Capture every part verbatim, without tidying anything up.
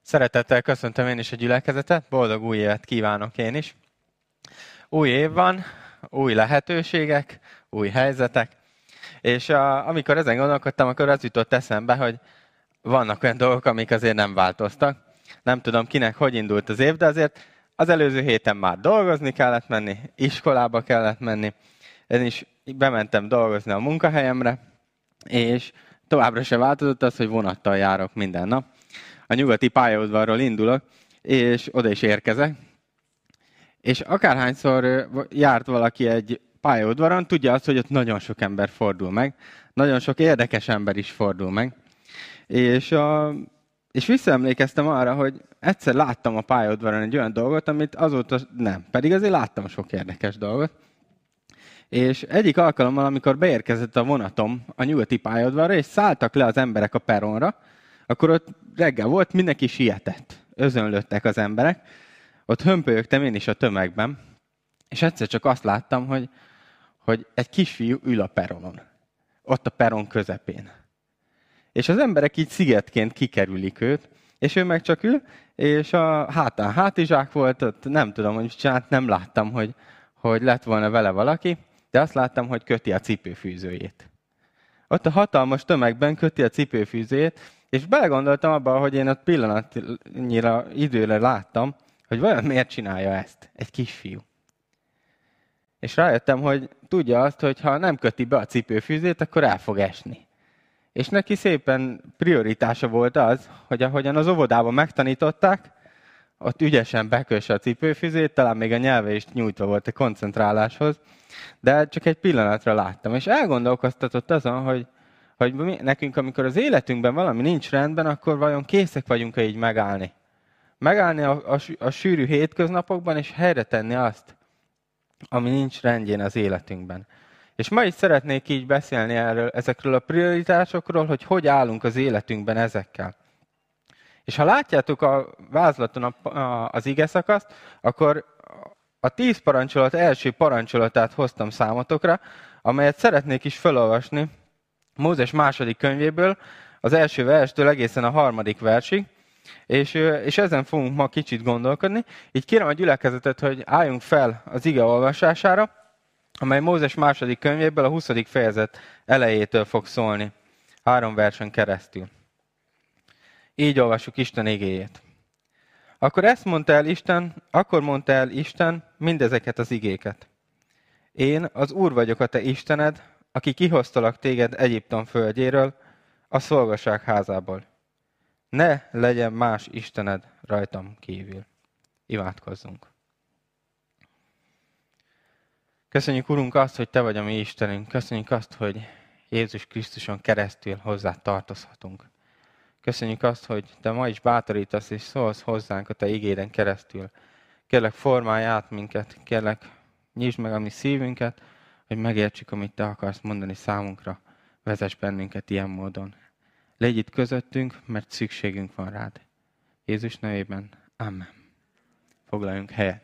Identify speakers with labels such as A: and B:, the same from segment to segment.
A: Szeretettel köszöntöm én is a gyülekezetet, boldog új évet kívánok én is. Új év van, új lehetőségek, új helyzetek, és a, amikor ezen gondolkodtam, akkor az jutott eszembe, hogy vannak olyan dolgok, amik azért nem változtak. Nem tudom kinek, hogy indult az év, de azért az előző héten már dolgozni kellett menni, iskolába kellett menni. Én is bementem dolgozni a munkahelyemre, és továbbra sem változott az, hogy vonattal járok minden nap. A nyugati pályaudvarról indulok, és oda is érkezek. És akárhányszor járt valaki egy pályaudvaron, tudja azt, hogy ott nagyon sok ember fordul meg. Nagyon sok érdekes ember is fordul meg. És, a, és visszaemlékeztem arra, hogy egyszer láttam a pályaudvaron egy olyan dolgot, amit azóta nem. Pedig azért láttam sok érdekes dolgot. És egyik alkalommal, amikor beérkezett a vonatom a nyugati pályaudvarra, és szálltak le az emberek a peronra, akkor ott reggel volt, mindenki sietett. Özönlöttek az emberek. Ott hömpölyögtem én is a tömegben. És egyszer csak azt láttam, hogy, hogy egy kisfiú ül a peronon. Ott a peron közepén. És az emberek így szigetként kikerülik őt, és ő meg csak ül, és a hátán hátizsák volt, ott nem tudom, hogy csinált, nem láttam, hogy, hogy lett volna vele valaki, de azt láttam, hogy köti a cipőfűzőjét. Ott a hatalmas tömegben köti a cipőfűzőjét, és belegondoltam abba, hogy én ott pillanatnyira időre láttam, hogy vajon miért csinálja ezt egy kisfiú. És rájöttem, hogy tudja azt, hogy ha nem köti be a cipőfűzét, akkor el fog esni. És neki szépen prioritása volt az, hogy ahogyan az óvodában megtanították, ott ügyesen bekösse a cipőfűzét, talán még a nyelve is nyújtva volt a koncentráláshoz, de csak egy pillanatra láttam. És elgondolkoztatott azon, hogy hogy mi, nekünk, amikor az életünkben valami nincs rendben, akkor vajon készek vagyunk-e így megállni? Megállni a, a, a sűrű hétköznapokban, és helyre tenni azt, ami nincs rendjén az életünkben. És ma is szeretnék így beszélni erről, ezekről a prioritásokról, hogy hogy állunk az életünkben ezekkel. És ha látjátok a vázlaton a, a, az igeszakaszt, akkor a tíz parancsolat első parancsolatát hoztam számotokra, amelyet szeretnék is felolvasni, Mózes második könyvéből, az első verstől egészen a harmadik versig, és, és ezen fogunk ma kicsit gondolkodni. Így kérem a gyülekezetet, hogy álljunk fel az ige olvasására, amely Mózes második könyvéből a huszadik fejezet elejétől fog szólni, három versen keresztül. Így olvassuk Isten igéjét. Akkor ezt mondta el Isten, akkor mondta el Isten mindezeket az igéket. Én az Úr vagyok a te Istened, aki kihoztalak téged Egyiptom földjéről, a szolgaság házából. Ne legyen más istened rajtam kívül. Imádkozzunk. Köszönjük, Urunk, azt, hogy te vagy a mi Istenünk. Köszönjük azt, hogy Jézus Krisztuson keresztül hozzá tartozhatunk. Köszönjük azt, hogy te ma is bátorítasz és szólsz hozzánk a te igéden keresztül. Kérlek, formálj át minket, kérlek, nyisd meg a mi szívünket, hogy megértsük, amit te akarsz mondani számunkra. Vezess bennünket ilyen módon. Légy itt közöttünk, mert szükségünk van rád. Jézus nevében. Amen. Foglaljunk helyet.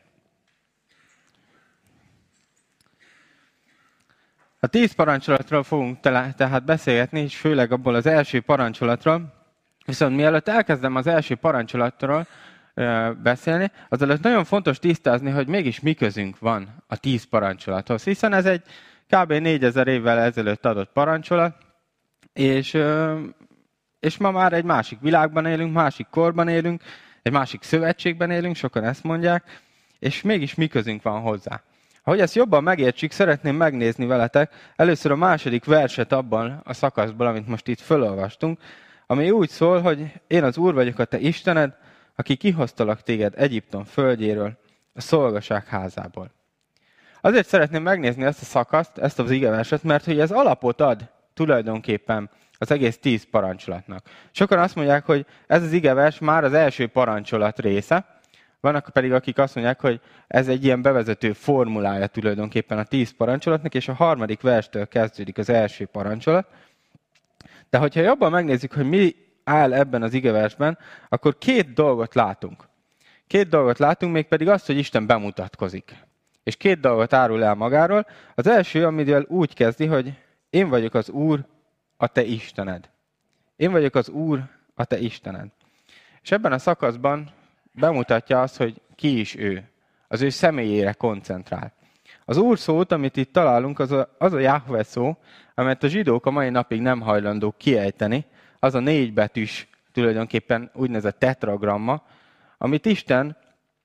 A: A tíz parancsolatról fogunk tehát beszélgetni, és főleg abból az első parancsolatról. Viszont mielőtt elkezdem az első parancsolatról beszélni, azelőtt nagyon fontos tisztázni, hogy mégis mi közünk van a tíz parancsolathoz. Hiszen ez egy kb. négyezer évvel ezelőtt adott parancsolat, és, és ma már egy másik világban élünk, másik korban élünk, egy másik szövetségben élünk, sokan ezt mondják, és mégis mi közünk van hozzá. Ahogy ezt jobban megértsük, szeretném megnézni veletek először a második verset abban a szakaszban, amit most itt felolvastunk, ami úgy szól, hogy én az Úr vagyok a te Istened, aki kihoztalak téged Egyiptom földjéről, a szolgaság házából. Azért szeretném megnézni ezt a szakaszt, ezt az igeverset, mert hogy ez alapot ad tulajdonképpen az egész tíz parancsolatnak. Sokan azt mondják, hogy ez az igevers már az első parancsolat része, vannak pedig, akik azt mondják, hogy ez egy ilyen bevezető formulája tulajdonképpen a tíz parancsolatnak, és a harmadik verstől kezdődik az első parancsolat. De hogyha jobban megnézzük, hogy mi áll ebben az igeversben, akkor két dolgot látunk. Két dolgot látunk, mégpedig azt, hogy Isten bemutatkozik. És két dolgot árul el magáról. Az első, amivel úgy kezdi, hogy én vagyok az Úr, a te Istened. Én vagyok az Úr, a te Istened. És ebben a szakaszban bemutatja azt, hogy ki is ő. Az ő személyére koncentrál. Az Úr szót, amit itt találunk, az a, az a Jahve szó, amelyet a zsidók a mai napig nem hajlandók kiejteni, az a négy betűs, tulajdonképpen úgynevezett tetragramma, amit Isten,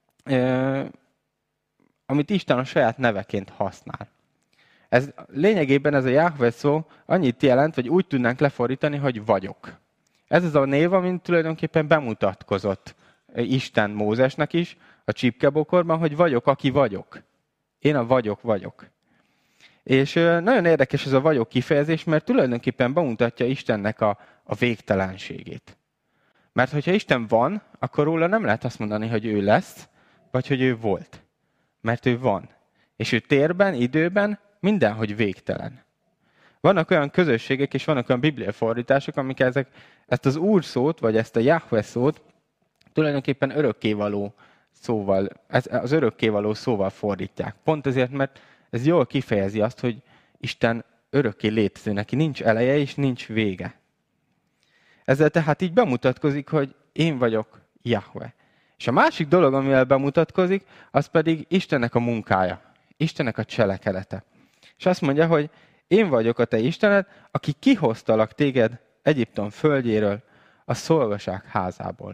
A: eh, amit Isten a saját neveként használ. Ez, lényegében ez a Jahve szó annyit jelent, hogy úgy tudnánk lefordítani, hogy vagyok. Ez az a név, amit tulajdonképpen bemutatkozott Isten Mózesnek is, a csipkebokorban, hogy vagyok, aki vagyok. Én a vagyok vagyok. És nagyon érdekes ez a vagyok kifejezés, mert tulajdonképpen bemutatja Istennek a, a végtelenségét. Mert hogyha Isten van, akkor róla nem lehet azt mondani, hogy ő lesz, vagy hogy ő volt. Mert ő van. És ő térben, időben, mindenhogy végtelen. Vannak olyan közösségek, és vannak olyan bibliafordítások, amik ezek, ezt az Úr szót, vagy ezt a Jahve szót tulajdonképpen örökkévaló szóval, ez, az örökkévaló szóval fordítják. Pont azért, mert ez jól kifejezi azt, hogy Isten örökké létező, neki nincs eleje és nincs vége. Ezzel tehát így bemutatkozik, hogy én vagyok Jahve. És a másik dolog, amivel bemutatkozik, az pedig Istennek a munkája, Istennek a cselekedete. És azt mondja, hogy én vagyok a te Istened, aki kihoztalak téged Egyiptom földjéről, a szolgaság házából.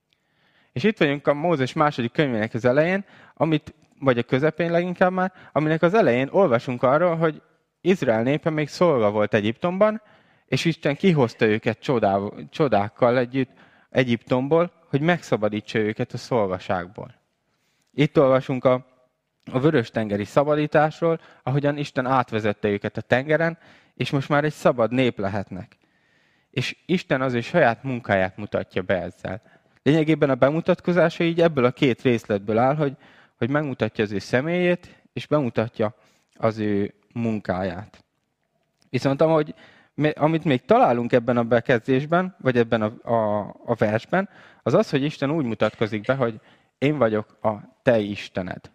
A: És itt vagyunk a Mózes második könyvének az elején, amit, vagy a közepén leginkább már, aminek az elején olvasunk arról, hogy Izrael népe még szolga volt Egyiptomban, és Isten kihozta őket csodá, csodákkal együtt Egyiptomból, hogy megszabadítsa őket a szolgaságból. Itt olvasunk a, a vörös-tengeri szabadításról, ahogyan Isten átvezette őket a tengeren, és most már egy szabad nép lehetnek. És Isten az ő saját munkáját mutatja be ezzel. Lényegében a bemutatkozása így ebből a két részletből áll, hogy, hogy megmutatja az ő személyét, és bemutatja az ő munkáját. Viszont ahogy, amit még találunk ebben a bekezdésben, vagy ebben a, a, a versben, az az, hogy Isten úgy mutatkozik be, hogy én vagyok a te Istened.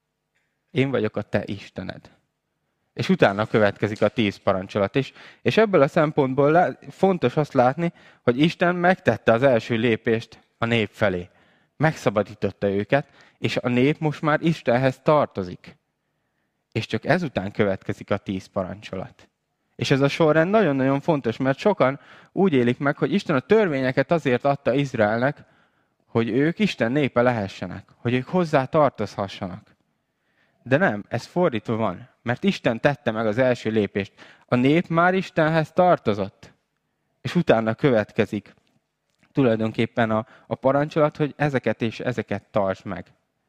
A: Én vagyok a te Istened. És utána következik a tíz parancsolat is. És ebből a szempontból le, fontos azt látni, hogy Isten megtette az első lépést a nép felé. Megszabadította őket, és a nép most már Istenhez tartozik. És csak ezután következik a tíz parancsolat. És ez a sorrend nagyon-nagyon fontos, mert sokan úgy élik meg, hogy Isten a törvényeket azért adta Izraelnek, hogy ők Isten népe lehessenek, hogy ők hozzá tartozhassanak. De nem, ez fordítva van, mert Isten tette meg az első lépést. A nép már Istenhez tartozott, és utána következik tulajdonképpen a, a parancsolat, hogy ezeket és ezeket tartsd meg.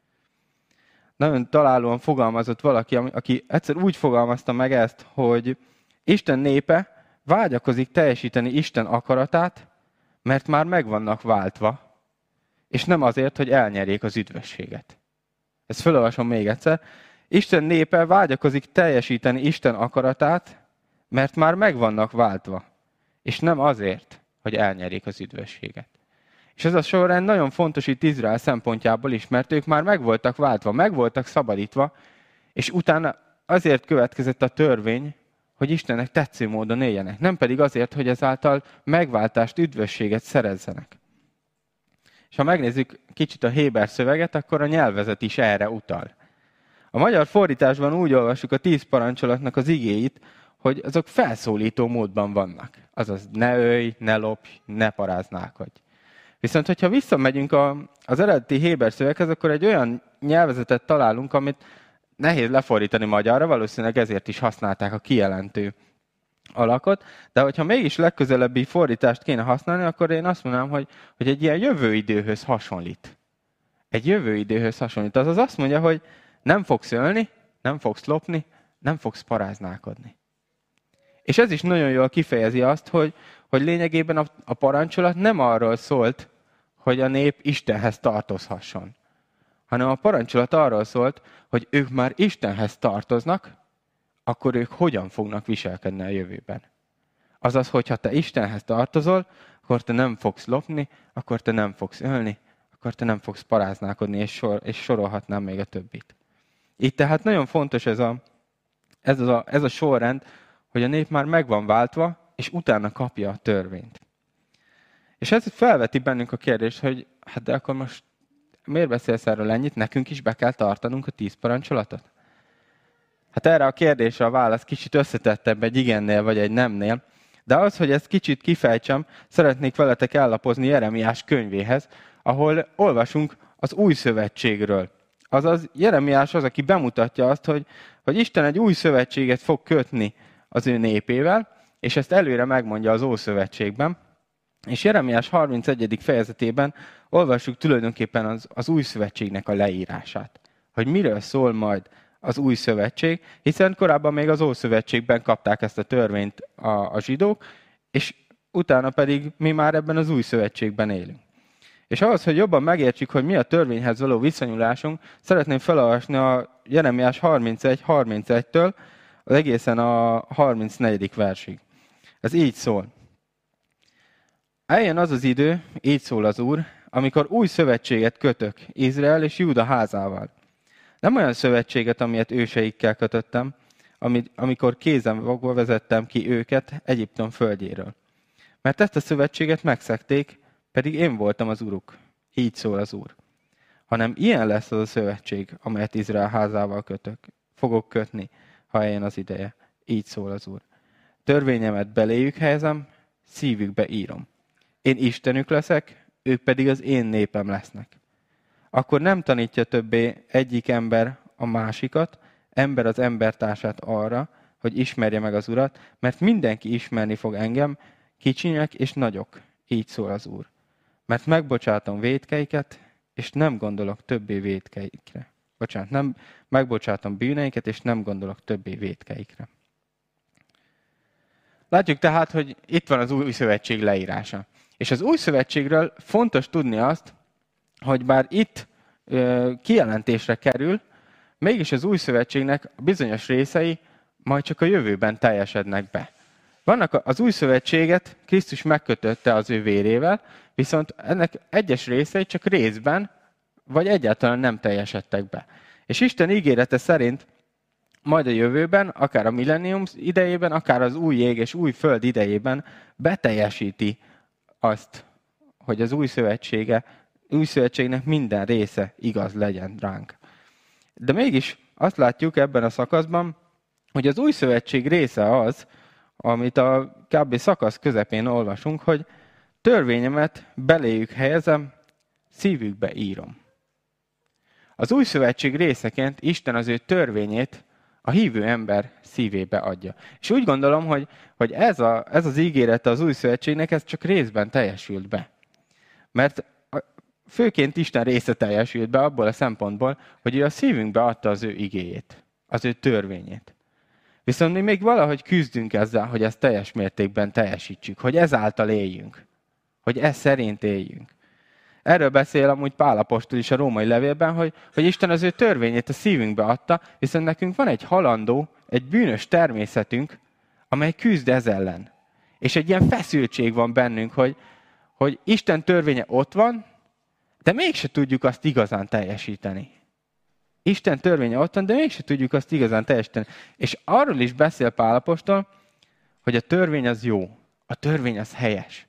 A: Nagyon találóan fogalmazott valaki, aki egyszer úgy fogalmazta meg ezt, hogy Isten népe vágyakozik teljesíteni Isten akaratát, mert már meg vannak váltva, és nem azért, hogy elnyerjék az üdvösséget. Ezt felolvasom még egyszer. Isten népe vágyakozik teljesíteni Isten akaratát, mert már meg vannak váltva, és nem azért, hogy elnyerjék az üdvösséget. És ez a sorrend nagyon fontos itt Izrael szempontjából is, mert ők már meg voltak váltva, meg voltak szabadítva, és utána azért következett a törvény, hogy Istennek tetsző módon éljenek, nem pedig azért, hogy ezáltal megváltást, üdvösséget szerezzenek. És ha megnézzük kicsit a héber szöveget, akkor a nyelvezet is erre utal. A magyar fordításban úgy olvassuk a tíz parancsolatnak az igéit, hogy azok felszólító módban vannak. Azaz ne ölj, ne lopj, ne paráználkodj. Viszont, hogyha visszamegyünk a, az eredeti héber szöveghez, akkor egy olyan nyelvezetet találunk, amit nehéz lefordítani magyarra, valószínűleg ezért is használták a kijelentő alakot, de hogyha mégis legközelebbi fordítást kéne használni, akkor én azt mondanám, hogy, hogy egy ilyen jövőidőhöz hasonlít. Egy jövőidőhöz hasonlít. Azaz azt mondja, hogy nem fogsz ölni, nem fogsz lopni, nem fogsz paráználkodni. És ez is nagyon jól kifejezi azt, hogy, hogy lényegében a, a parancsolat nem arról szólt, hogy a nép Istenhez tartozhasson, hanem a parancsolat arról szólt, hogy ők már Istenhez tartoznak, akkor ők hogyan fognak viselkedni a jövőben. Azaz, hogyha te Istenhez tartozol, akkor te nem fogsz lopni, akkor te nem fogsz ölni, akkor te nem fogsz paráználkodni, és, sor, és sorolhatnám még a többit. Itt tehát nagyon fontos ez a, ez, a, ez a sorrend, hogy a nép már meg van váltva, és utána kapja a törvényt. És ez felveti bennünk a kérdést, hogy hát de akkor most miért beszélsz erről ennyit? Nekünk is be kell tartanunk a tíz parancsolatot? Hát erre a kérdésre a válasz kicsit összetettebb egy igennél vagy egy nemnél, de az, hogy ezt kicsit kifejtsem, szeretnék veletek ellapozni Jeremiás könyvéhez, ahol olvasunk az új szövetségről. Azaz Jeremiás az, aki bemutatja azt, hogy, hogy Isten egy új szövetséget fog kötni az ő népével, és ezt előre megmondja az Ószövetségben. És Jeremiás harmincegyedik fejezetében olvassuk tulajdonképpen az, az új szövetségnek a leírását. Hogy miről szól majd az új szövetség, hiszen korábban még az Ószövetségben kapták ezt a törvényt a, a zsidók, és utána pedig mi már ebben az új szövetségben élünk. És ahhoz, hogy jobban megértsük, hogy mi a törvényhez való viszonyulásunk, szeretném felolvasni a Jeremiás harmincegy harmincegytől az egészen a harmincnegyedik versig. Ez így szól. Eljön az az idő, így szól az Úr, amikor új szövetséget kötök Izrael és Júda házával. Nem olyan szövetséget, amilyet őseikkel kötöttem, amikor kézen fogva vezettem ki őket Egyiptom földjéről. Mert ezt a szövetséget megszegték, pedig én voltam az Uruk. Így szól az Úr. Hanem ilyen lesz az a szövetség, amelyet Izrael házával kötök. Fogok kötni, ha eljön az ideje. Így szól az Úr. Törvényemet beléjük helyezem, szívükbe írom. Én Istenük leszek, ők pedig az én népem lesznek. Akkor nem tanítja többé egyik ember a másikat, ember az embertársát arra, hogy ismerje meg az Urat, mert mindenki ismerni fog engem, kicsinyek és nagyok. Így szól az Úr. Mert megbocsátom vétkeiket, és nem gondolok többé vétkeikre. Bocsánat, nem megbocsátom bűneiket, és nem gondolok többé vétkeikre. Látjuk tehát, hogy itt van az új szövetség leírása. És az új szövetségről fontos tudni azt, hogy bár itt ö, kijelentésre kerül, mégis az új szövetségnek a bizonyos részei majd csak a jövőben teljesednek be. Vannak az új szövetséget Krisztus megkötötte az ő vérével, viszont ennek egyes részei csak részben, vagy egyáltalán nem teljesedtek be. És Isten ígérete szerint majd a jövőben, akár a millennium idejében, akár az új ég és új föld idejében beteljesíti azt, hogy az új szövetsége, új szövetségnek minden része igaz legyen ránk. De mégis azt látjuk ebben a szakaszban, hogy az új szövetség része az, amit a kb. Szakasz közepén olvasunk, hogy törvényemet beléjük helyezem, szívükbe írom. Az új szövetség részeként Isten az ő törvényét a hívő ember szívébe adja. És úgy gondolom, hogy, hogy ez, a, ez az ígérete az új szövetségnek, ez csak részben teljesült be. Mert főként Isten része teljesült be abból a szempontból, hogy ő a szívünkbe adta az ő igéjét, az ő törvényét. Viszont mi még valahogy küzdünk ezzel, hogy ezt teljes mértékben teljesítsük, hogy ezáltal éljünk, hogy ez szerint éljünk. Erről beszél amúgy Pál apostol is a római levélben, hogy, hogy Isten az ő törvényét a szívünkbe adta, viszont nekünk van egy halandó, egy bűnös természetünk, amely küzd ez ellen. És egy ilyen feszültség van bennünk, hogy, hogy Isten törvénye ott van, de mégse tudjuk azt igazán teljesíteni. Isten törvénye ott van, de mégse tudjuk azt igazán teljesíteni. És arról is beszél Pál apostol, hogy a törvény az jó, a törvény az helyes.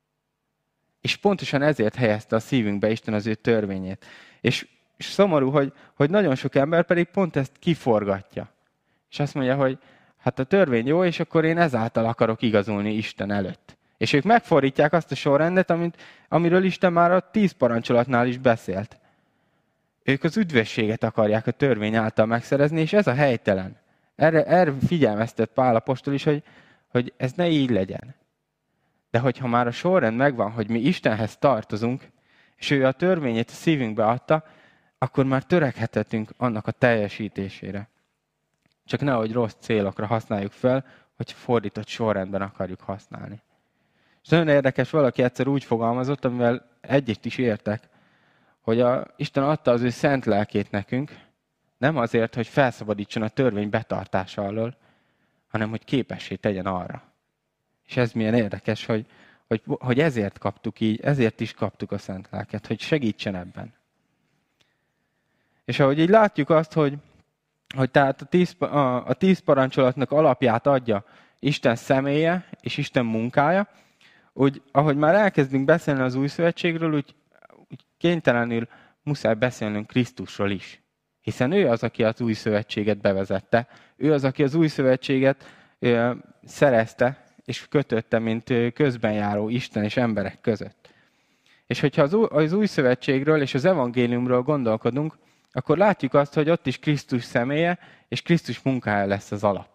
A: És pontosan ezért helyezte a szívünkbe Isten az ő törvényét. És, és szomorú, hogy, hogy nagyon sok ember pedig pont ezt kiforgatja. És azt mondja, hogy hát a törvény jó, és akkor én ezáltal akarok igazolni Isten előtt. És ők megfordítják azt a sorrendet, amit, amiről Isten már a tíz parancsolatnál is beszélt. Ők az üdvösséget akarják a törvény által megszerezni, és ez a helytelen. Erre, erre figyelmeztet Pál apostol is, hogy, hogy ez ne így legyen. De hogyha már a sorrend megvan, hogy mi Istenhez tartozunk, és ő a törvényét a szívünkbe adta, akkor már törekedhetünk annak a teljesítésére. Csak nehogy rossz célokra használjuk fel, hogy fordított sorrendben akarjuk használni. És nagyon érdekes, valaki egyszer úgy fogalmazott, amivel egyet is értek, hogy a, Isten adta az ő szent lelkét nekünk, nem azért, hogy felszabadítson a törvény betartása alól, hanem hogy képessé tegyen arra. És ez milyen érdekes, hogy, hogy, hogy ezért kaptuk így, ezért is kaptuk a szent lelket, hogy segítsen ebben. És ahogy így látjuk azt, hogy, hogy tehát a tíz, a, a tíz parancsolatnak alapját adja Isten személye és Isten munkája, úgy, ahogy már elkezdünk beszélni az új szövetségről, úgy, úgy kénytelenül muszáj beszélnünk Krisztusról is. Hiszen ő az, aki az új szövetséget bevezette. Ő az, aki az új szövetséget ö, szerezte és kötötte, mint közbenjáró Isten és emberek között. És hogyha az új, az új szövetségről és az evangéliumról gondolkodunk, akkor látjuk azt, hogy ott is Krisztus személye és Krisztus munkája lesz az alap.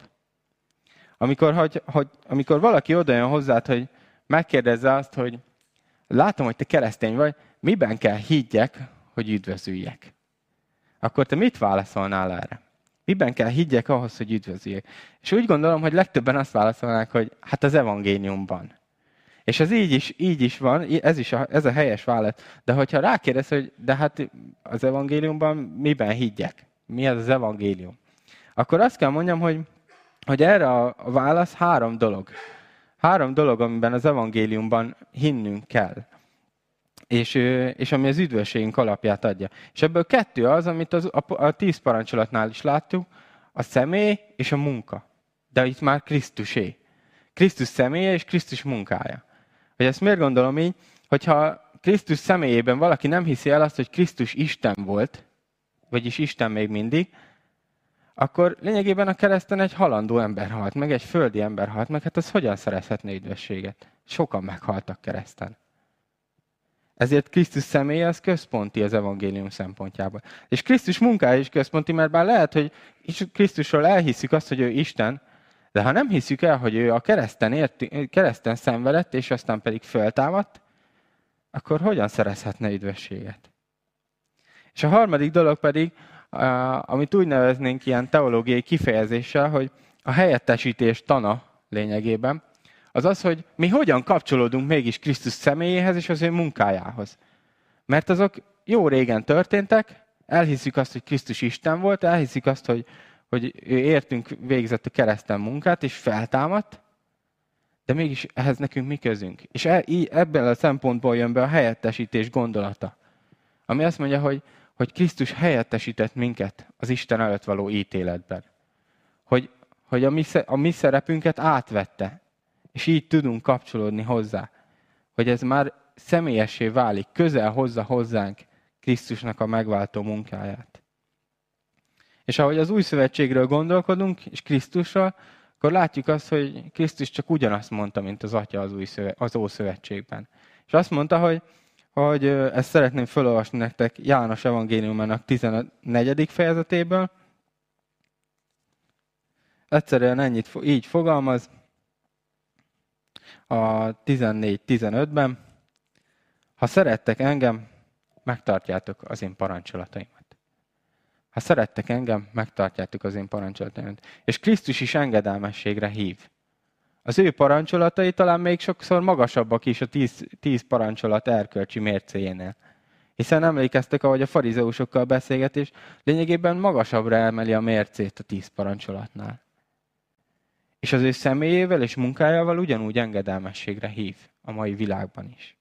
A: Amikor, hogy, hogy, amikor valaki odajön hozzád, hogy megkérdezze azt, hogy látom, hogy te keresztény vagy, miben kell higgyek, hogy üdvözüljek? Akkor te mit válaszolnál erre? Miben kell higgyek ahhoz, hogy üdvözüljek? És úgy gondolom, hogy legtöbben azt válaszolnák, hogy hát az evangéliumban. És ez így is, így is van, ez, is a, ez a helyes válasz. De hogyha rákérdez, hogy de hát az evangéliumban miben higgyek? Mi az az evangélium? Akkor azt kell mondjam, hogy, hogy erre a válasz három dolog. Három dolog, amiben az evangéliumban hinnünk kell. És, és ami az üdvösségünk alapját adja. És ebből kettő az, amit az, a, a tíz parancsolatnál is láttuk, a személy és a munka. De itt már Krisztusé. Krisztus személye és Krisztus munkája. Hogy ezt miért gondolom így? Hogyha Krisztus személyében valaki nem hiszi el azt, hogy Krisztus Isten volt, vagyis Isten még mindig, akkor lényegében a kereszten egy halandó ember halt meg, egy földi ember halt meg, hát az hogyan szerezhetne üdvösséget? Sokan meghaltak kereszten. Ezért Krisztus személye az központi az evangélium szempontjából. És Krisztus munkája is központi, mert bár lehet, hogy Krisztusról elhiszük azt, hogy ő Isten, de ha nem hiszük el, hogy ő a kereszten, ért, kereszten szenvedett, és aztán pedig föltámadt, akkor hogyan szerezhetne üdvösséget? És a harmadik dolog pedig, amit úgy neveznénk ilyen teológiai kifejezéssel, hogy a helyettesítés tana lényegében, az az, hogy mi hogyan kapcsolódunk mégis Krisztus személyéhez és az ő munkájához. Mert azok jó régen történtek, elhiszük azt, hogy Krisztus Isten volt, elhiszük azt, hogy, hogy ő értünk végzett a kereszten munkát, és feltámadt, de mégis ehhez nekünk mi közünk. És e, így, ebből a szempontból jön be a helyettesítés gondolata. Ami azt mondja, hogy, hogy Krisztus helyettesített minket az Isten előtt való ítéletben. Hogy, hogy a, mi, a mi szerepünket átvette. És így tudunk kapcsolódni hozzá. Hogy ez már személyessé válik, közel hozza hozzánk Krisztusnak a megváltó munkáját. És ahogy az új szövetségről gondolkodunk, és Krisztusról, akkor látjuk azt, hogy Krisztus csak ugyanazt mondta, mint az Atya az, új szövet, az Ószövetségben. És azt mondta, hogy, hogy ezt szeretném felolvasni nektek János evangéliumának tizennegyedik fejezetéből. Egyszerűen ennyit így fogalmaz a tizennégy tizenötben. Ha szerettek engem, megtartjátok az én parancsolataimat. Ha szerettek engem, megtartjátok az én parancsolataimat. És Krisztus is engedelmességre hív. Az ő parancsolatai talán még sokszor magasabbak is a tíz, tíz parancsolat erkölcsi mércéjénél. Hiszen emlékeztek, ahogy a farizeusokkal beszélgetés, lényegében magasabbra emeli a mércét a tíz parancsolatnál. És az ő személyével és munkájával ugyanúgy engedelmességre hív a mai világban is.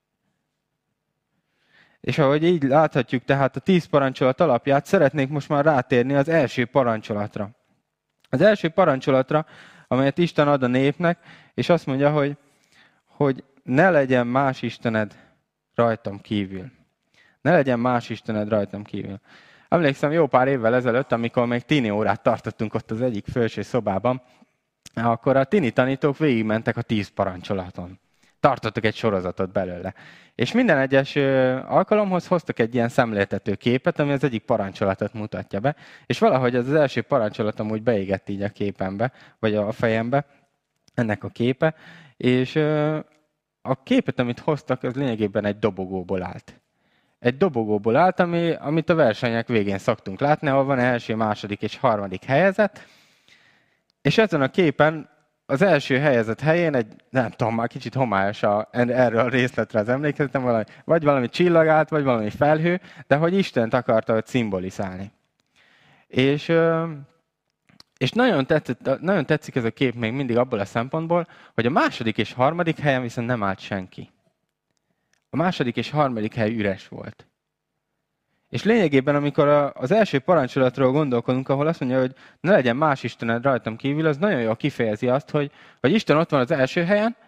A: És ahogy így láthatjuk tehát a tíz parancsolat alapját, szeretnék most már rátérni az első parancsolatra. Az első parancsolatra, amelyet Isten ad a népnek, és azt mondja, hogy, hogy ne legyen más istened rajtam kívül. Ne legyen más istened rajtam kívül. Emlékszem jó pár évvel ezelőtt, amikor még tini órát tartottunk ott az egyik felső szobában, akkor a tini tanítók végigmentek a tíz parancsolaton. Tartottak egy sorozatot belőle. És minden egyes alkalomhoz hoztak egy ilyen szemléltető képet, ami az egyik parancsolatot mutatja be. És valahogy az, az első parancsolat amúgy beégett így a képembe, vagy a fejembe, ennek a képe. És a képet, amit hoztak, az lényegében egy dobogóból állt. Egy dobogóból állt, ami, amit a versenyek végén szoktunk látni, ahol van első, második és harmadik helyezett. És ezen a képen az első helyezett helyén egy, nem tudom, már kicsit homályos a, erről a részletre az emlékezetem, valami, vagy valami csillag állt, vagy valami felhő, de hogy Istent akarta ott szimbolizálni. És, és nagyon, tetszett, nagyon tetszik ez a kép még mindig abból a szempontból, hogy a második és harmadik helyen viszont nem állt senki. A második és harmadik hely üres volt. És lényegében, amikor az első parancsolatról gondolkodunk, ahol azt mondja, hogy ne legyen más istened rajtam kívül, az nagyon jól kifejezi azt, hogy, hogy Isten ott van az első helyen,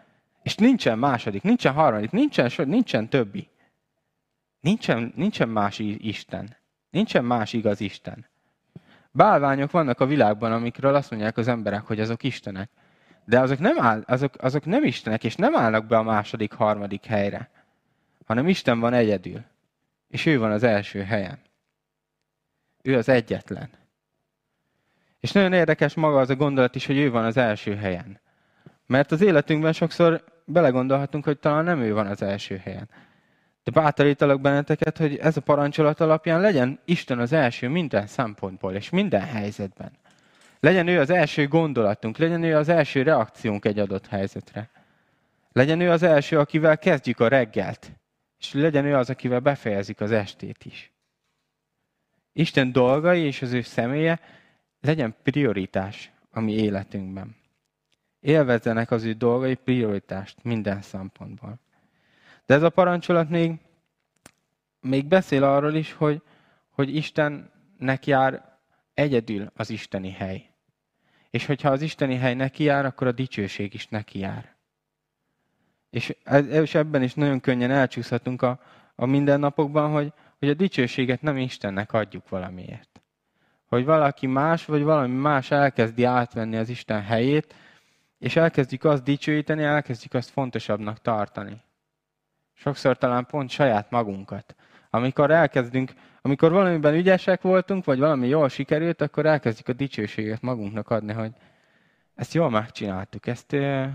A: És nincsen második, nincsen harmadik, nincsen, nincsen többi. Nincsen, nincsen más Isten. Nincsen más igaz Isten. Bálványok vannak a világban, amikről azt mondják az emberek, hogy azok istenek. De azok nem, áll, azok, azok nem istenek, és nem állnak be a második, harmadik helyre. Hanem Isten van egyedül. És ő van az első helyen. Ő az egyetlen. És nagyon érdekes maga az a gondolat is, hogy ő van az első helyen. Mert az életünkben sokszor belegondolhatunk, hogy talán nem ő van az első helyen. De bátorítalak benneteket, hogy ez a parancsolat alapján legyen Isten az első minden szempontból és minden helyzetben. Legyen ő az első gondolatunk, legyen ő az első reakciónk egy adott helyzetre. Legyen ő az első, akivel kezdjük a reggelt, és legyen ő az, akivel befejezzük az estét is. Isten dolgai és az ő személye legyen prioritás a mi életünkben. Élvezzenek az ő dolgai prioritást minden szempontból. De ez a parancsolat még, még beszél arról is, hogy, hogy Istennek jár egyedül az isteni hely. És hogyha az isteni hely neki jár, akkor a dicsőség is neki jár. És, és ebben is nagyon könnyen elcsúszhatunk a, a mindennapokban, hogy, hogy a dicsőséget nem Istennek adjuk valamiért. Hogy valaki más, vagy valami más elkezdi átvenni az Isten helyét, és elkezdjük azt dicsőíteni, elkezdjük azt fontosabbnak tartani. Sokszor talán pont saját magunkat. Amikor elkezdünk, amikor valamiben ügyesek voltunk, vagy valami jól sikerült, akkor elkezdjük a dicsőséget magunknak adni, hogy ezt jól megcsináltuk, ezt,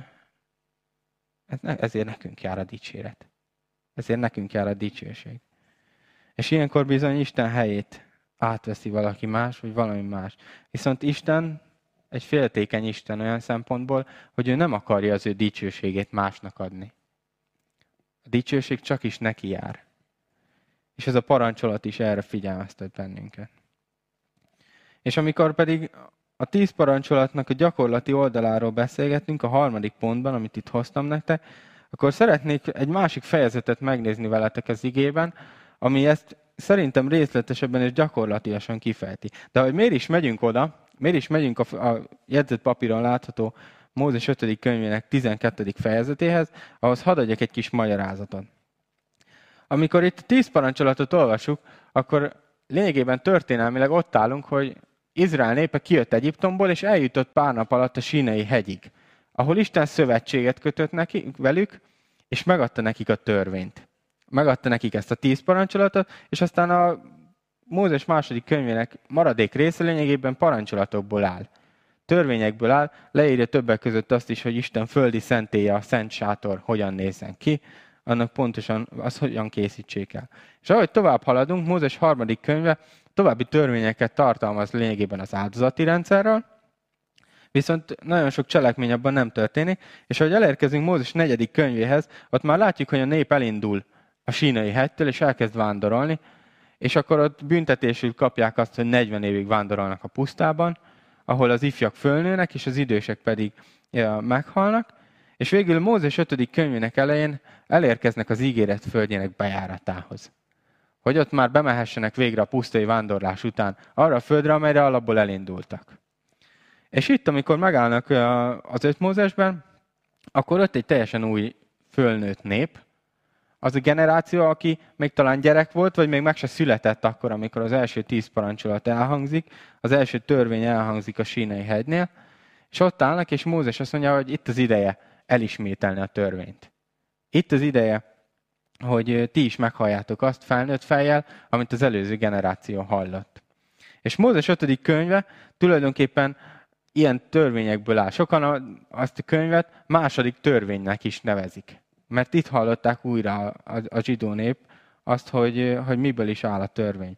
A: ezért nekünk jár a dicséret. Ezért nekünk jár a dicsőség. És ilyenkor bizony Isten helyét átveszi valaki más, vagy valami más. Viszont Isten egy féltékeny Isten olyan szempontból, hogy ő nem akarja az ő dicsőségét másnak adni. A dicsőség csak is neki jár. És ez a parancsolat is erre figyelmeztet bennünket. És amikor pedig a tíz parancsolatnak a gyakorlati oldaláról beszélgetünk, a harmadik pontban, amit itt hoztam nektek, akkor szeretnék egy másik fejezetet megnézni veletek az igében, ami ezt szerintem részletesebben és gyakorlatilasan kifejti. De hogy miért is megyünk oda, miért is megyünk a, a jegyzett papíron látható Mózes ötödik könyvének tizenkettedik fejezetéhez, ahhoz hadd adjak egy kis magyarázatot. Amikor itt tíz parancsolatot olvasjuk, akkor lényegében történelmileg ott állunk, hogy Izrael népe kijött Egyiptomból, és eljutott pár nap alatt a Sínai hegyig, ahol Isten szövetséget kötött neki, velük, és megadta nekik a törvényt. Megadta nekik ezt a tíz parancsolatot, és aztán a Mózes második könyvének maradék része lényegében parancsolatokból áll. Törvényekből áll, leírja többek között azt is, hogy Isten földi szentélye, a szent sátor hogyan nézzen ki, annak pontosan az hogyan készítsék el. És ahogy tovább haladunk, Mózes harmadik könyve további törvényeket tartalmaz lényegében az áldozati rendszerről, viszont nagyon sok cselekmény abban nem történik, és ahogy elérkezünk Mózes negyedik könyvéhez, ott már látjuk, hogy a nép elindul a Sínai hegytől, és elkezd vándorolni, és akkor ott büntetésül kapják azt, hogy negyven évig vándorolnak a pusztában, ahol az ifjak fölnőnek, és az idősek pedig ja, meghalnak, és végül Mózes ötödik könyvének elején elérkeznek az ígéret földjének bejáratához. Hogy ott már bemehessenek végre a pusztai vándorlás után arra a földre, amelyre alapból elindultak. És itt, amikor megállnak az öt Mózesben, akkor ott egy teljesen új fölnőtt nép, az a generáció, aki még talán gyerek volt, vagy még meg se született akkor, amikor az első tíz parancsolat elhangzik, az első törvény elhangzik a Sínai hegynél, és ott állnak, és Mózes azt mondja, hogy itt az ideje elismételni a törvényt. Itt az ideje, hogy ti is meghalljátok azt felnőtt fejjel, amit az előző generáció hallott. És Mózes ötödik könyve tulajdonképpen ilyen törvényekből áll. Sokan azt a könyvet második törvénynek is nevezik. Mert itt hallották újra a, a zsidó nép azt, hogy, hogy miből is áll a törvény.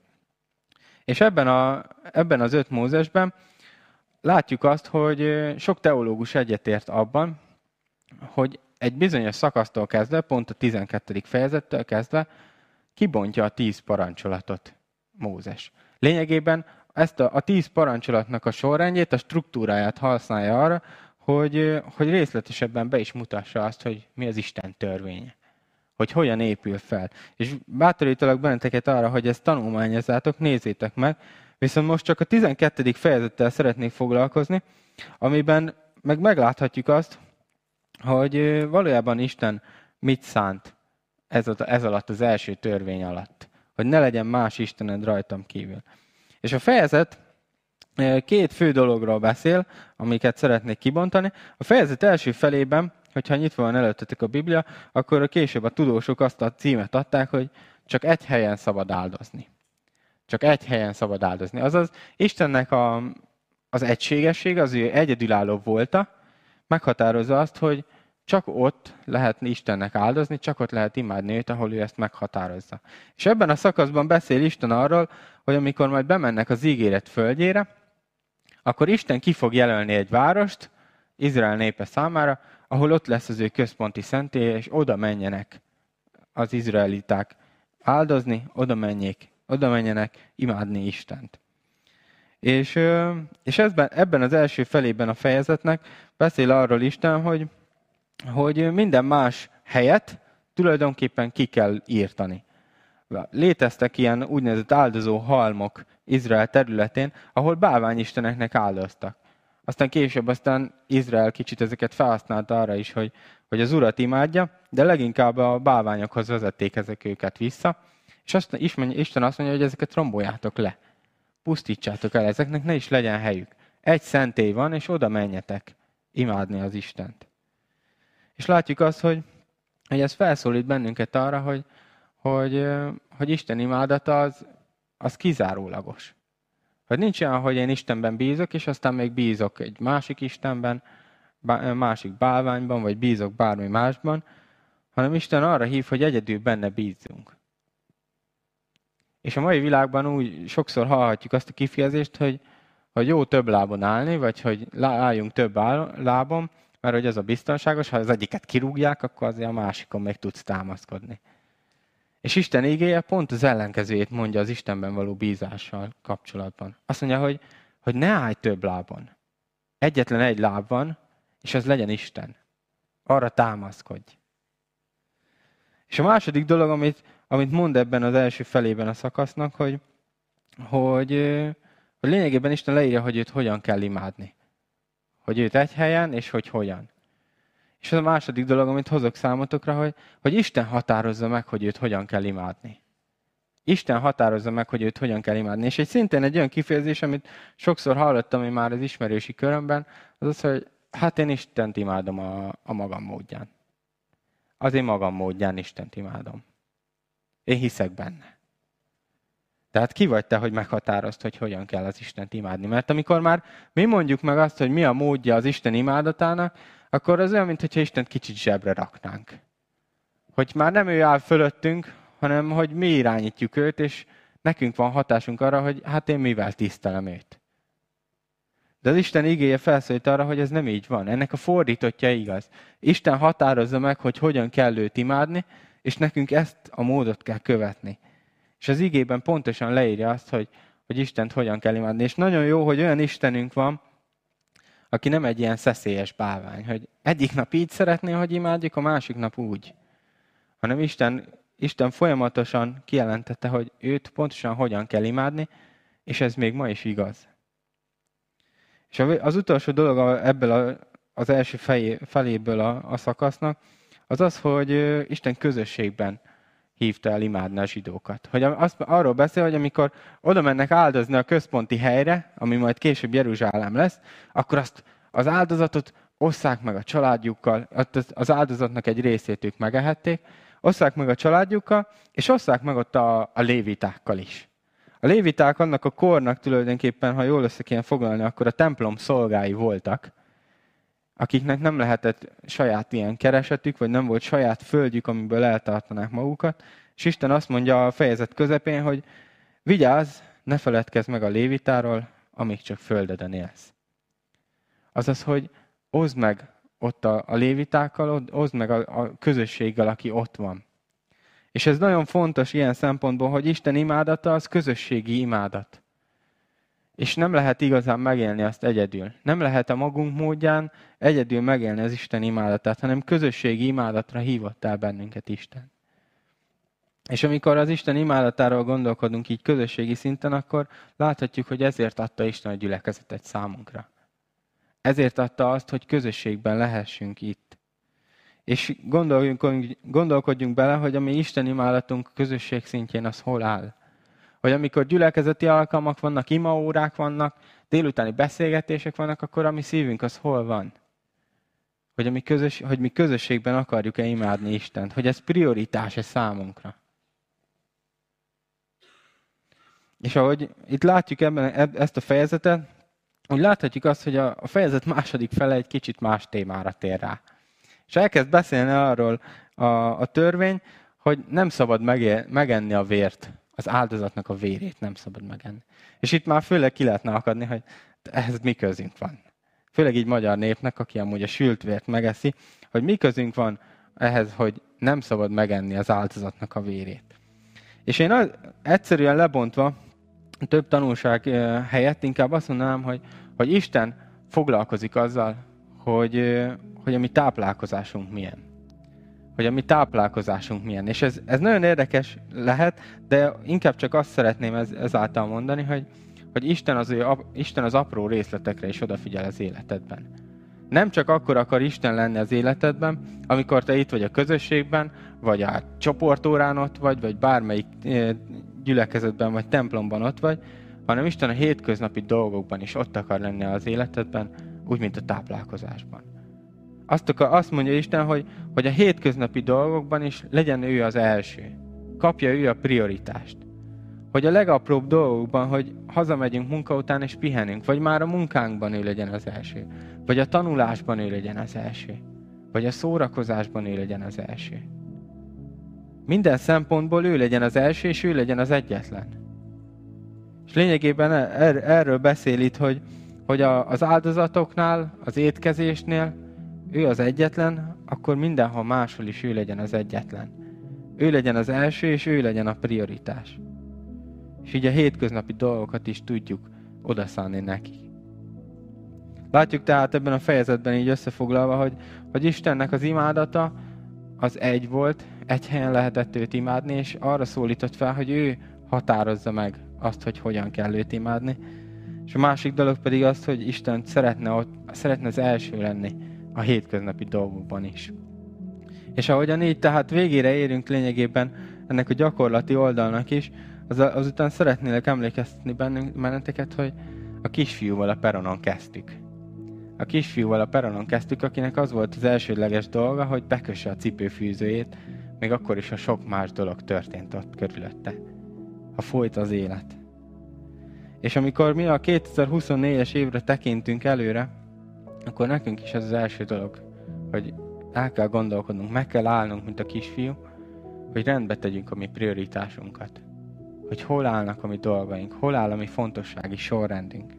A: És ebben, a, ebben az öt Mózesben látjuk azt, hogy sok teológus egyetért abban, hogy egy bizonyos szakasztól kezdve, pont a tizenkettedik fejezettől kezdve kibontja a tíz parancsolatot Mózes. Lényegében ezt a, a tíz parancsolatnak a sorrendjét, a struktúráját használja arra, hogy, hogy részletesebben be is mutassa azt, hogy mi az Isten törvénye. Hogy hogyan épül fel. És bátorítalak benneteket arra, hogy ezt tanulmányozzátok, nézzétek meg. Viszont most csak a tizenkettedik fejezettel szeretnék foglalkozni, amiben meg megláthatjuk azt, hogy valójában Isten mit szánt ez, ez alatt, az első törvény alatt. Hogy ne legyen más istened rajtam kívül. És a fejezet két fő dologról beszél, amiket szeretnék kibontani. A fejezet első felében, hogyha nyitva van előttetek a Biblia, akkor később a tudósok azt a címet adták, hogy csak egy helyen szabad áldozni. Csak egy helyen szabad áldozni. Azaz Istennek a, az egységessége, az ő egyedülálló volta, meghatározza azt, hogy csak ott lehet Istennek áldozni, csak ott lehet imádni őt, ahol ő ezt meghatározza. És ebben a szakaszban beszél Isten arról, hogy amikor majd bemennek az ígéret földjére, akkor Isten ki fog jelölni egy várost Izrael népe számára, ahol ott lesz az ő központi szentélye, és oda menjenek az izraeliták áldozni, oda menjék, oda menjenek imádni Istent. És, és ezben, ebben az első felében a fejezetnek beszél arról Isten, hogy, hogy minden más helyet tulajdonképpen ki kell írtani. Léteztek ilyen úgynevezett áldozó halmok Izrael területén, ahol bálványisteneknek áldoztak. Aztán később aztán Izrael kicsit ezeket felhasználta arra is, hogy, hogy az Urat imádja, de leginkább a bálványokhoz vezették ezek őket vissza. És azt, Isten azt mondja, hogy ezeket romboljátok le. Pusztítsátok el, ezeknek ne is legyen helyük. Egy szentély van, és oda menjetek imádni az Istent. És látjuk azt, hogy, hogy ez felszólít bennünket arra, hogy, hogy, hogy Isten imádata az, az kizárólagos. Hogy nincs olyan, hogy én Istenben bízok, és aztán még bízok egy másik Istenben, másik bálványban, vagy bízok bármi másban, hanem Isten arra hív, hogy egyedül benne bízzunk. És a mai világban úgy sokszor hallhatjuk azt a kifejezést, hogy, hogy jó több lábon állni, vagy hogy álljunk több lábon, mert hogy ez a biztonságos, ha az egyiket kirúgják, akkor azért a másikon meg tudsz támaszkodni. És Isten igéje pont az ellenkezőjét mondja az Istenben való bízással kapcsolatban. Azt mondja, hogy, hogy ne állj több lábon. Egyetlen egy láb van, és az legyen Isten. Arra támaszkodj. És a második dolog, amit, amit mond ebben az első felében a szakasznak, hogy, hogy, hogy lényegében Isten leírja, hogy őt hogyan kell imádni. Hogy őt egy helyen, és hogy hogyan. És ez a második dolog, amit hozok számotokra, hogy, hogy Isten határozza meg, hogy őt hogyan kell imádni. Isten határozza meg, hogy őt hogyan kell imádni. És egy szintén egy olyan kifejezés, amit sokszor hallottam én már az ismerősi körömben, az az, hogy hát én Istent imádom a, a magam módján. Az én magam módján Istent imádom. Én hiszek benne. Tehát ki vagy te, hogy meghatározd, hogy hogyan kell az Istent imádni? Mert amikor már mi mondjuk meg azt, hogy mi a módja az Isten imádatának, akkor az olyan, mintha Istent kicsit zsebre raknánk. Hogy már nem ő áll fölöttünk, hanem hogy mi irányítjuk őt, és nekünk van hatásunk arra, hogy hát én mivel tisztelem őt. De az Isten igéje felszólít arra, hogy ez nem így van. Ennek a fordítottja igaz. Isten határozza meg, hogy hogyan kell őt imádni, és nekünk ezt a módot kell követni. És az igében pontosan leírja azt, hogy, hogy Istent hogyan kell imádni. És nagyon jó, hogy olyan Istenünk van, aki nem egy ilyen szeszélyes bálvány, hogy egyik nap így szeretné, hogy imádjuk, a másik nap úgy. Hanem Isten, Isten folyamatosan kijelentette, hogy őt pontosan hogyan kell imádni, és ez még ma is igaz. És az utolsó dolog ebből az első feléből a, a szakasznak, az az, hogy Isten közösségben hívta el imádni a zsidókat. Hogy az, arról beszél, hogy amikor oda mennek áldozni a központi helyre, ami majd később Jeruzsálem lesz, akkor azt az áldozatot osszák meg a családjukkal, az áldozatnak egy részét ők megehették, osszák meg a családjukkal, és osszák meg ott a, a lévitákkal is. A léviták annak a kornak tulajdonképpen, ha jól össze kéne foglalni, akkor a templom szolgái voltak, akiknek nem lehetett saját ilyen keresetük, vagy nem volt saját földjük, amiből eltartanák magukat. És Isten azt mondja a fejezet közepén, hogy vigyázz, ne feledkezz meg a lévitáról, amíg csak földeden élsz. Azaz, hogy oszd meg ott a, a lévitákkal, oszd meg a, a közösséggel, aki ott van. És ez nagyon fontos ilyen szempontból, hogy Isten imádata az közösségi imádat. És nem lehet igazán megélni azt egyedül. Nem lehet a magunk módján egyedül megélni az Isten imádatát, hanem közösségi imádatra hívott el bennünket Isten. És amikor az Isten imádatáról gondolkodunk így közösségi szinten, akkor láthatjuk, hogy ezért adta Isten a gyülekezetet számunkra. Ezért adta azt, hogy közösségben lehessünk itt. És gondoljunk, gondolkodjunk bele, hogy a mi Isten imádatunk közösség szintjén az hol áll. Hogy amikor gyülekezeti alkalmak vannak, imaórák vannak, délutáni beszélgetések vannak, akkor a mi szívünk az hol van? Hogy, a mi, közös, hogy mi közösségben akarjuk-e imádni Istent. Hogy ez prioritás-e számunkra. És ahogy itt látjuk ebben ezt a fejezetet, úgy láthatjuk azt, hogy a fejezet második fele egy kicsit más témára tér rá. És elkezd beszélni arról a, a törvény, hogy nem szabad megé, megenni a vért, az áldozatnak a vérét nem szabad megenni. És itt már főleg ki lehetne akadni, hogy ehhez mi közünk van. Főleg így magyar népnek, aki amúgy a sült vért megeszi, hogy mi közünk van ehhez, hogy nem szabad megenni az áldozatnak a vérét. És én az, egyszerűen lebontva, több tanulság helyett inkább azt mondanám, hogy, hogy Isten foglalkozik azzal, hogy, hogy a mi táplálkozásunk milyen. Hogy a mi táplálkozásunk milyen. És ez, ez nagyon érdekes lehet, de inkább csak azt szeretném ez, ezáltal mondani, hogy, hogy Isten, az ő, Isten az apró részletekre is odafigyel az életedben. Nem csak akkor akar Isten lenni az életedben, amikor te itt vagy a közösségben, vagy a csoportórán ott vagy, vagy bármelyik gyülekezetben, vagy templomban ott vagy, hanem Isten a hétköznapi dolgokban is ott akar lenni az életedben, úgy, mint a táplálkozásban. Azt, akar, azt mondja Isten, hogy, hogy a hétköznapi dolgokban is legyen ő az első. Kapja ő a prioritást. Hogy a legapróbb dolgokban, hogy hazamegyünk munka után és pihenünk, vagy már a munkánkban ő legyen az első. Vagy a tanulásban ő legyen az első. Vagy a szórakozásban ő legyen az első. Minden szempontból ő legyen az első, és ő legyen az egyetlen. És lényegében er, erről beszél itt, hogy, hogy a, az áldozatoknál, az étkezésnél ő az egyetlen, akkor mindenhol máshol is ő legyen az egyetlen. Ő legyen az első, és ő legyen a prioritás. És így a hétköznapi dolgokat is tudjuk odaszánni neki. Látjuk tehát ebben a fejezetben így összefoglalva, hogy, hogy Istennek az imádata az egy volt, egy helyen lehetett őt imádni, és arra szólított fel, hogy ő határozza meg azt, hogy hogyan kell őt imádni. És a másik dolog pedig az, hogy Isten szeretne, ott, szeretne az első lenni a hétköznapi dolgokban is. És ahogyan így tehát végére érünk lényegében ennek a gyakorlati oldalnak is, az, azután szeretnélek emlékeztetni bennünk, benneteket, hogy a kisfiúval a peronon kezdtük. A kisfiúval a peronon kezdtük, akinek az volt az elsődleges dolga, hogy bekösse a cipőfűzőjét, még akkor is, ha sok más dolog történt ott körülötte. Ha folyt az élet. És amikor mi a kétezer-huszonnégyes évre tekintünk előre, akkor nekünk is ez az első dolog, hogy el kell gondolkodnunk, meg kell állnunk, mint a kisfiú, hogy rendbe tegyünk a mi prioritásunkat. Hogy hol állnak a mi dolgaink, hol áll a mi fontossági sorrendünk.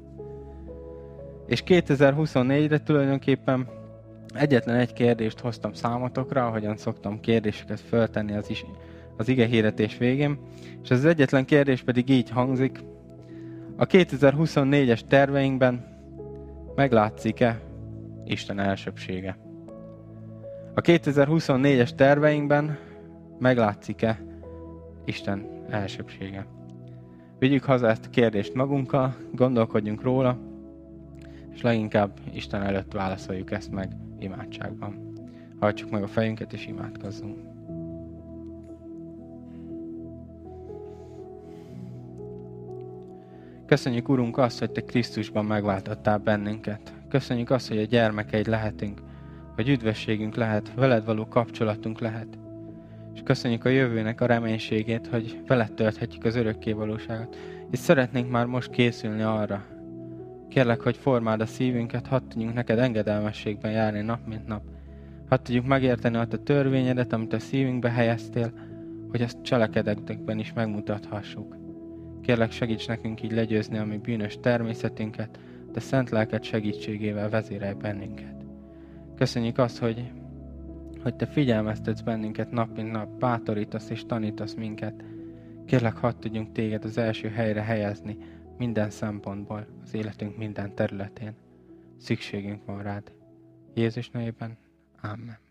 A: És kétezer-huszonnégyre tulajdonképpen egyetlen egy kérdést hoztam számotokra, ahogyan szoktam kérdéseket föltenni az, is, az igehirdetés végén, és az egyetlen kérdés pedig így hangzik: a kétezer-huszonnégyes terveinkben meglátszik-e Isten elsőbbsége? A kétezer-huszonnégyes terveinkben meglátszik-e Isten elsőbbsége? Vigyük haza ezt a kérdést magunkkal, gondolkodjunk róla, és leginkább Isten előtt válaszoljuk ezt meg imádságban. Hajtsuk meg a fejünket és imádkozzunk. Köszönjük, Urunk, azt, hogy Te Krisztusban megváltottál bennünket. Köszönjük azt, hogy a gyermekeid lehetünk, hogy üdvösségünk lehet, veled való kapcsolatunk lehet. És köszönjük a jövőnek a reménységét, hogy veled tölthetjük az örökké valóságot. És szeretnénk már most készülni arra. Kérlek, hogy formáld a szívünket, hadd tudjunk neked engedelmességben járni nap mint nap. Hadd tudjuk megérteni a te törvényedet, amit a szívünkbe helyeztél, hogy azt cselekedetekben is megmutathassuk. Kérlek, segíts nekünk így legyőzni a mi bűnös természetünket, de szent lelked segítségével vezérelj bennünket. Köszönjük azt, hogy, hogy te figyelmeztetsz bennünket nap mint nap, bátorítasz és tanítasz minket. Kérlek, hadd tudjunk téged az első helyre helyezni minden szempontból, az életünk minden területén. Szükségünk van rád. Jézus nevében. Amen.